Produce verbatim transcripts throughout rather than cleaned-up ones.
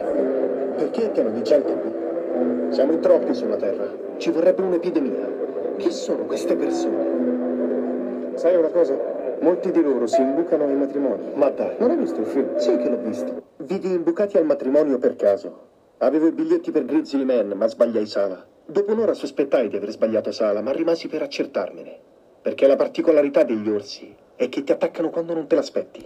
Perché è pieno di gente qui? Siamo in troppi sulla Terra. Ci vorrebbe un'epidemia. Chi sono queste persone? Sai una cosa? Molti di loro si imbucano ai matrimoni. Ma dai, non hai visto il film? Sì che l'ho visto. Vidi imbucati al matrimonio per caso. Avevo i biglietti per Grizzly Man, ma sbagliai sala. Dopo un'ora sospettai di aver sbagliato sala, ma rimasi per accertarmene. Perché la particolarità degli orsi è che ti attaccano quando non te l'aspetti.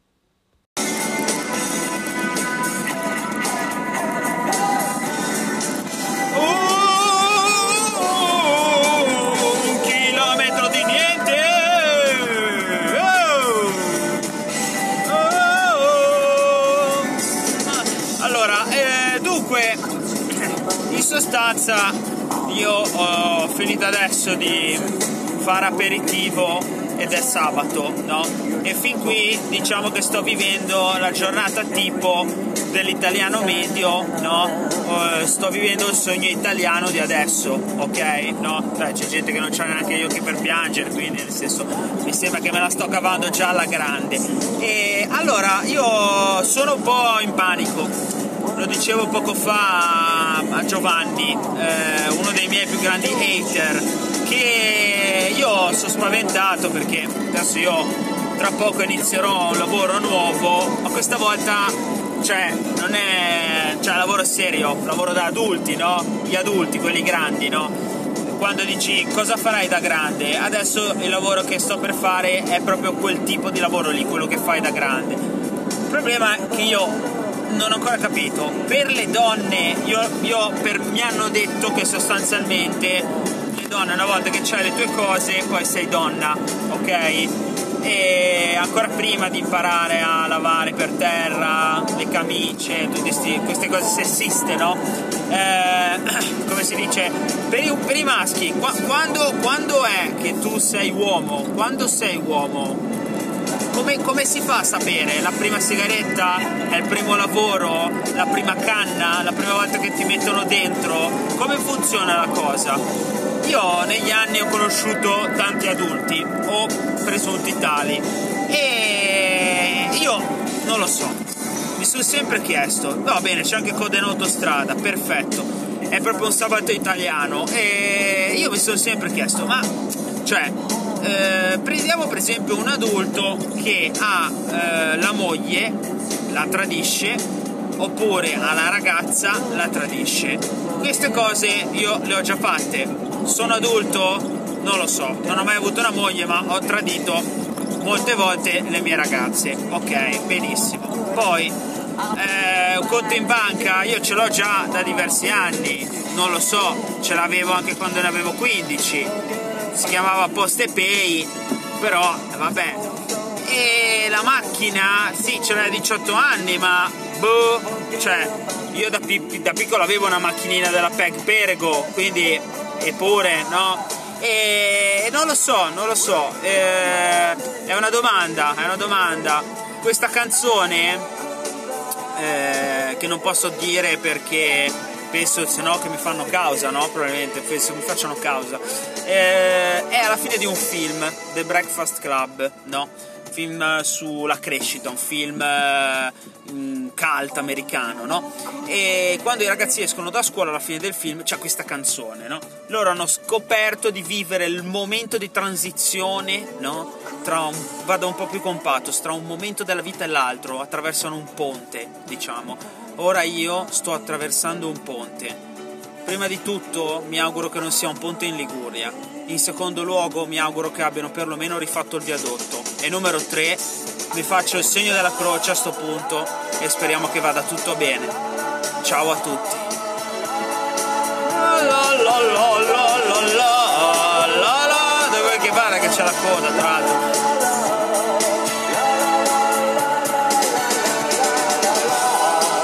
In sostanza io ho finito adesso di fare aperitivo ed è sabato, no? E fin qui diciamo che sto vivendo la giornata tipo dell'italiano medio, no? Uh, sto vivendo il sogno italiano di adesso, ok? No? Cioè, c'è gente che non c'ha neanche gli occhi per piangere, quindi nel senso mi sembra che me la sto cavando già alla grande. E allora io sono un po' in panico. Lo dicevo poco fa a Giovanni, eh, uno dei miei più grandi hater, che io sono spaventato perché adesso io tra poco inizierò un lavoro nuovo, ma questa volta cioè non è cioè lavoro serio, lavoro da adulti, no? Gli adulti, quelli grandi, no? Quando dici cosa farai da grande, adesso il lavoro che sto per fare è proprio quel tipo di lavoro lì, quello che fai da grande. Il problema è che io non ho ancora capito, per le donne, io, io per, mi hanno detto che sostanzialmente le donne una volta che c'hai le tue cose poi sei donna, ok? E ancora prima di imparare a lavare per terra le camicie, tutte questi, queste cose sessiste, no? Eh, come si dice, per i, per i maschi, quando, quando è che tu sei uomo? Quando sei uomo? Come, come si fa a sapere? La prima sigaretta? È il primo lavoro? La prima canna? La prima volta che ti mettono dentro? Come funziona la cosa? Io negli anni ho conosciuto tanti adulti, o presunti tali, e io non lo so, mi sono sempre chiesto, va bene, c'è anche coda in autostrada, perfetto, è proprio un sabato italiano, e io mi sono sempre chiesto, ma cioè... Eh, prendiamo per esempio un adulto che ha eh, la moglie, la tradisce, oppure ha la ragazza, la tradisce. Queste cose io le ho già fatte. Sono adulto? Non lo so, non ho mai avuto una moglie, ma ho tradito molte volte le mie ragazze. Ok, benissimo. Poi eh, un conto in banca io ce l'ho già da diversi anni, non lo so, ce l'avevo anche quando ne avevo quindici. Si chiamava PostePay, però vabbè. E la macchina, sì, ce l'ho da diciotto anni, ma boh, cioè io da, pi- da piccolo avevo una macchinina della P E G Perego, quindi eppure, no? E non lo so, non lo so, eh, è una domanda, è una domanda. Questa canzone, eh, che non posso dire perché penso, se no, che mi fanno causa, no? Probabilmente, penso mi facciano causa. Eh, è alla fine di un film, The Breakfast Club, no? Film sulla crescita, un film eh, cult americano, no? E quando i ragazzi escono da scuola alla fine del film c'è questa canzone, no? Loro hanno scoperto di vivere il momento di transizione, no? Tra un, vado un po' più compatto, tra un momento della vita e l'altro, attraversano un ponte, diciamo. Ora io sto attraversando un ponte. Prima di tutto mi auguro che non sia un ponte in Liguria. In secondo luogo mi auguro che abbiano perlomeno rifatto il viadotto. E numero tre, vi faccio il segno della croce a sto punto e speriamo che vada tutto bene. Ciao a tutti. La la la la la la la la. Dove che pare che c'è la coda, tra l'altro.